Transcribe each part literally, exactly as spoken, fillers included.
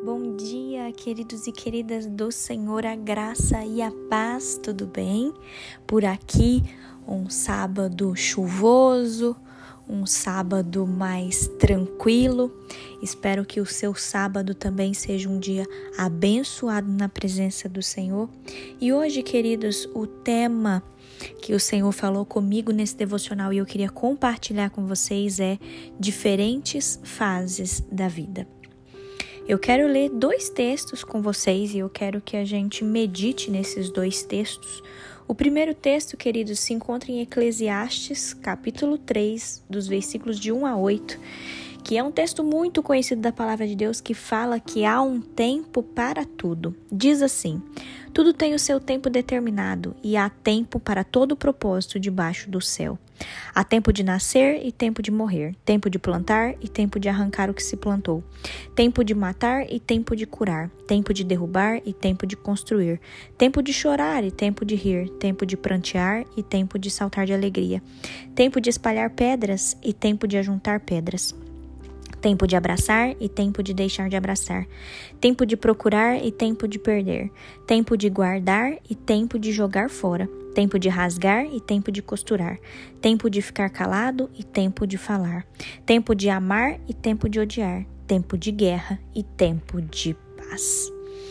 Bom dia, queridos e queridas do Senhor, a graça e a paz, tudo bem? Por aqui, um sábado chuvoso, um sábado mais tranquilo. Espero que o seu sábado também seja um dia abençoado na presença do Senhor. E hoje, queridos, o tema que o Senhor falou comigo nesse devocional e eu queria compartilhar com vocês é diferentes fases da vida. Eu quero ler dois textos com vocês e eu quero que a gente medite nesses dois textos. O primeiro texto, queridos, se encontra em Eclesiastes, capítulo três, dos versículos de um a oito, que é um texto muito conhecido da palavra de Deus que fala que há um tempo para tudo. Diz assim: tudo tem o seu tempo determinado e há tempo para todo propósito debaixo do céu. Há tempo de nascer e tempo de morrer, tempo de plantar e tempo de arrancar o que se plantou, tempo de matar e tempo de curar, tempo de derrubar e tempo de construir, tempo de chorar e tempo de rir, tempo de prantear e tempo de saltar de alegria, tempo de espalhar pedras e tempo de ajuntar pedras. Tempo de abraçar e tempo de deixar de abraçar. Tempo de procurar e tempo de perder. Tempo de guardar e tempo de jogar fora. Tempo de rasgar e tempo de costurar. Tempo de ficar calado e tempo de falar. Tempo de amar e tempo de odiar. Tempo de guerra e tempo de paz.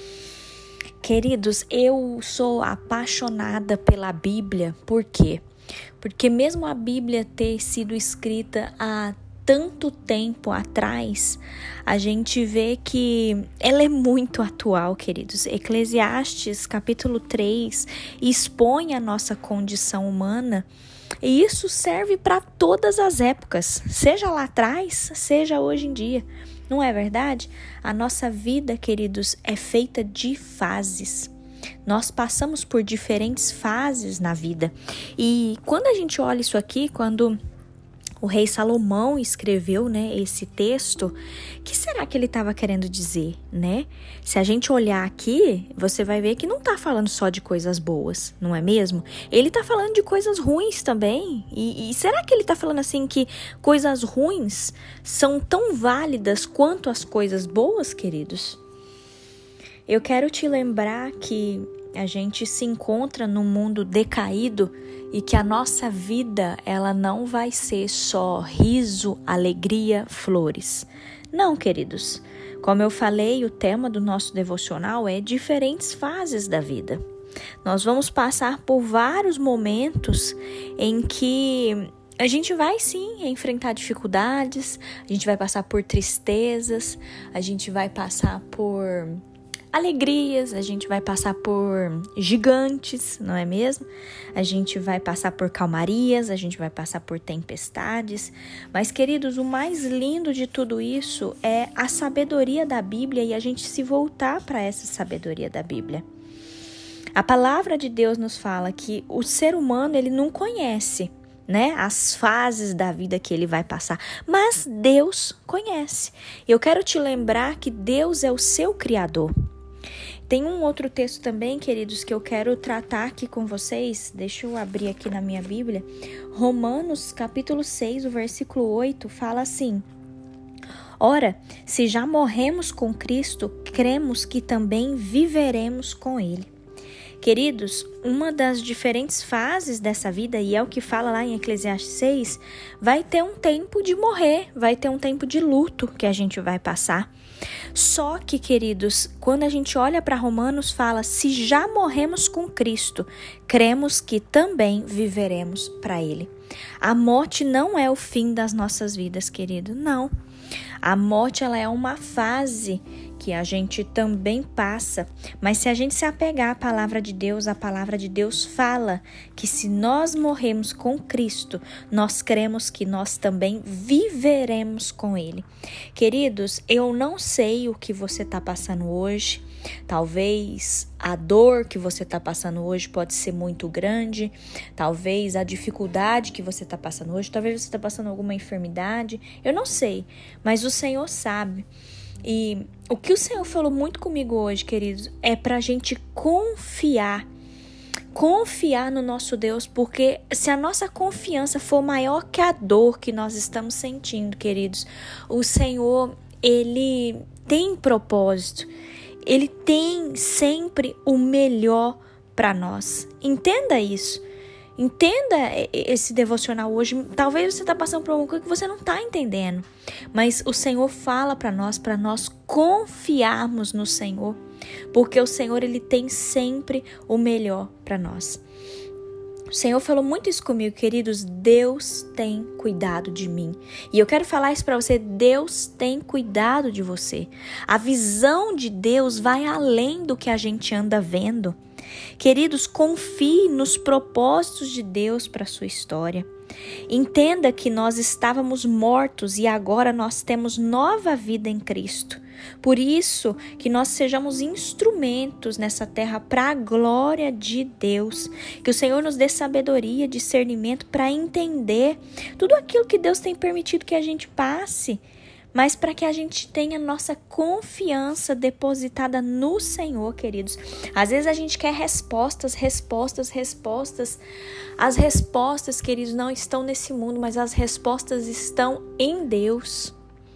Queridos, eu sou apaixonada pela Bíblia. Por quê? Porque mesmo a Bíblia ter sido escrita há tanto tempo atrás, a gente vê que ela é muito atual, queridos. Eclesiastes, capítulo três, expõe a nossa condição humana e isso serve para todas as épocas, seja lá atrás, seja hoje em dia. Não é verdade? A nossa vida, queridos, é feita de fases. Nós passamos por diferentes fases na vida. E quando a gente olha isso aqui, quando o rei Salomão escreveu, né, esse texto, o que será que ele estava querendo dizer, né? Se a gente olhar aqui, você vai ver que não está falando só de coisas boas, não é mesmo? Ele está falando de coisas ruins também. E, e será que ele está falando assim que coisas ruins são tão válidas quanto as coisas boas, queridos? Eu quero te lembrar que a gente se encontra num mundo decaído e que a nossa vida, ela não vai ser só riso, alegria, flores. Não, queridos. Como eu falei, o tema do nosso devocional é diferentes fases da vida. Nós vamos passar por vários momentos em que a gente vai sim enfrentar dificuldades, a gente vai passar por tristezas, a gente vai passar por alegrias, a gente vai passar por gigantes, não é mesmo? A gente vai passar por calmarias, a gente vai passar por tempestades. Mas, queridos, o mais lindo de tudo isso é a sabedoria da Bíblia e a gente se voltar para essa sabedoria da Bíblia. A palavra de Deus nos fala que o ser humano, ele não conhece, né, as fases da vida que ele vai passar, mas Deus conhece. Eu quero te lembrar que Deus é o seu Criador. Tem um outro texto também, queridos, que eu quero tratar aqui com vocês. Deixa eu abrir aqui na minha Bíblia. Romanos, capítulo seis, o versículo oito, fala assim: ora, se já morremos com Cristo, cremos que também viveremos com Ele. Queridos, uma das diferentes fases dessa vida, e é o que fala lá em Eclesiastes seis, vai ter um tempo de morrer, vai ter um tempo de luto que a gente vai passar. Só que, queridos, quando a gente olha para Romanos, fala: se já morremos com Cristo, cremos que também viveremos para Ele. A morte não é o fim das nossas vidas, querido, não. A morte, ela é uma fase que a gente também passa, mas se a gente se apegar à palavra de Deus, a palavra de Deus fala que se nós morremos com Cristo, nós cremos que nós também viveremos com Ele. Queridos, eu não sei o que você está passando hoje, talvez a dor que você está passando hoje pode ser muito grande, talvez a dificuldade que você está passando hoje, talvez você está passando alguma enfermidade, eu não sei, mas o Senhor sabe. E o que o Senhor falou muito comigo hoje, queridos, é pra gente confiar, confiar no nosso Deus, porque se a nossa confiança for maior que a dor que nós estamos sentindo, queridos, o Senhor, ele tem propósito, ele tem sempre o melhor para nós. Entenda isso. Entenda esse devocional hoje. Talvez você está passando por alguma coisa que você não está entendendo, mas o Senhor fala para nós, para nós confiarmos no Senhor, porque o Senhor, ele tem sempre o melhor para nós. O Senhor falou muito isso comigo, queridos. Deus tem cuidado de mim. E eu quero falar isso para você. Deus tem cuidado de você. A visão de Deus vai além do que a gente anda vendo. Queridos, confie nos propósitos de Deus para a sua história. Entenda que nós estávamos mortos e agora nós temos nova vida em Cristo. Por isso, que nós sejamos instrumentos nessa terra para a glória de Deus. Que o Senhor nos dê sabedoria, discernimento para entender tudo aquilo que Deus tem permitido que a gente passe, mas para que a gente tenha nossa confiança depositada no Senhor, queridos. Às vezes a gente quer respostas, respostas, respostas. As respostas, queridos, não estão nesse mundo, mas as respostas estão em Deus.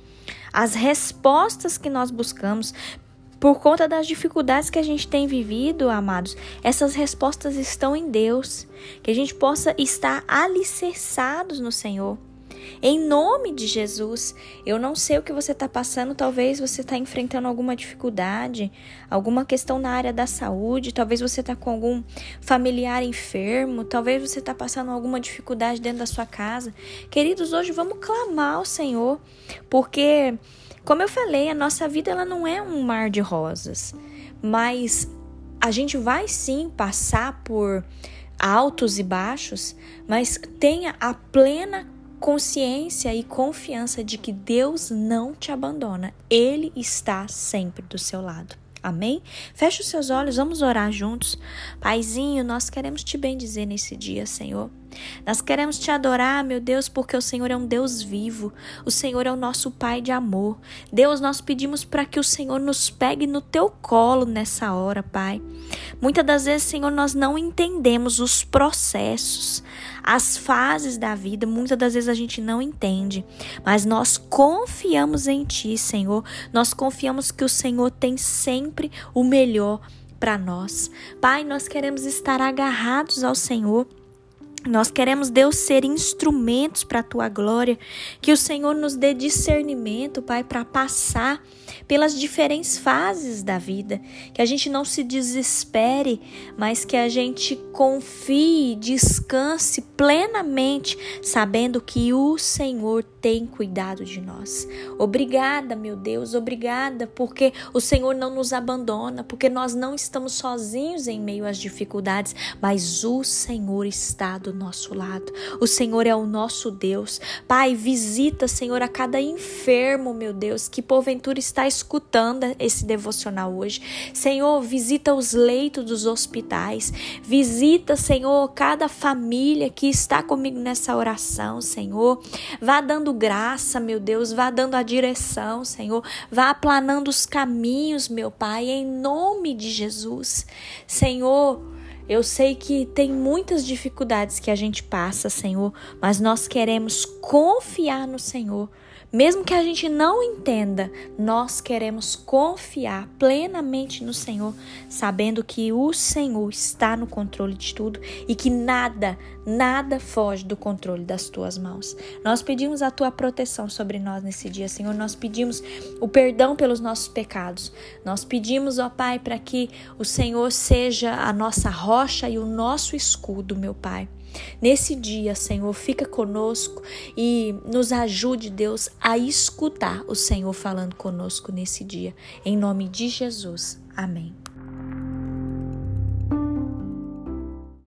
As respostas que nós buscamos, por conta das dificuldades que a gente tem vivido, amados, essas respostas estão em Deus. Que a gente possa estar alicerçados no Senhor. Em nome de Jesus. Eu não sei o que você está passando, talvez você está enfrentando alguma dificuldade, alguma questão na área da saúde, talvez você está com algum familiar enfermo, talvez você está passando alguma dificuldade dentro da sua casa. Queridos, hoje vamos clamar ao Senhor, porque, como eu falei, a nossa vida ela não é um mar de rosas, mas a gente vai sim passar por altos e baixos, mas tenha a plena consciência e confiança de que Deus não te abandona. Ele está sempre do seu lado. Amém? Feche os seus olhos, vamos orar juntos. Paizinho, nós queremos te bendizer nesse dia, Senhor. Nós queremos te adorar, meu Deus, porque o Senhor é um Deus vivo. O Senhor é o nosso Pai de amor. Deus, nós pedimos para que o Senhor nos pegue no teu colo nessa hora, Pai. Muitas das vezes, Senhor, nós não entendemos os processos, as fases da vida. Muitas das vezes a gente não entende, mas nós confiamos em Ti, Senhor. Nós confiamos que o Senhor tem sempre o melhor para nós. Pai, nós queremos estar agarrados ao Senhor. Nós queremos, Deus, ser instrumentos para a Tua glória, que o Senhor nos dê discernimento, Pai, para passar pelas diferentes fases da vida, que a gente não se desespere, mas que a gente confie, descanse plenamente, sabendo que o Senhor tem cuidado de nós. Obrigada, meu Deus, obrigada, porque o Senhor não nos abandona, porque nós não estamos sozinhos em meio às dificuldades, mas o Senhor está do nosso lado. O Senhor é o nosso Deus. Pai, visita, Senhor, a cada enfermo, meu Deus, que porventura está escutando esse devocional hoje. Senhor, visita os leitos dos hospitais. Visita, Senhor, cada família que está comigo nessa oração, Senhor. Vá dando graça, meu Deus, vá dando a direção, Senhor. Vá aplanando os caminhos, meu Pai, em nome de Jesus. Senhor, eu sei que tem muitas dificuldades que a gente passa, Senhor, mas nós queremos confiar no Senhor. Mesmo que a gente não entenda, nós queremos confiar plenamente no Senhor, sabendo que o Senhor está no controle de tudo e que nada, nada foge do controle das Tuas mãos. Nós pedimos a Tua proteção sobre nós nesse dia, Senhor. Nós pedimos o perdão pelos nossos pecados. Nós pedimos, ó Pai, para que o Senhor seja a nossa rocha e o nosso escudo, meu Pai. Nesse dia, Senhor, fica conosco e nos ajude, Deus, a escutar o Senhor falando conosco nesse dia. Em nome de Jesus. Amém.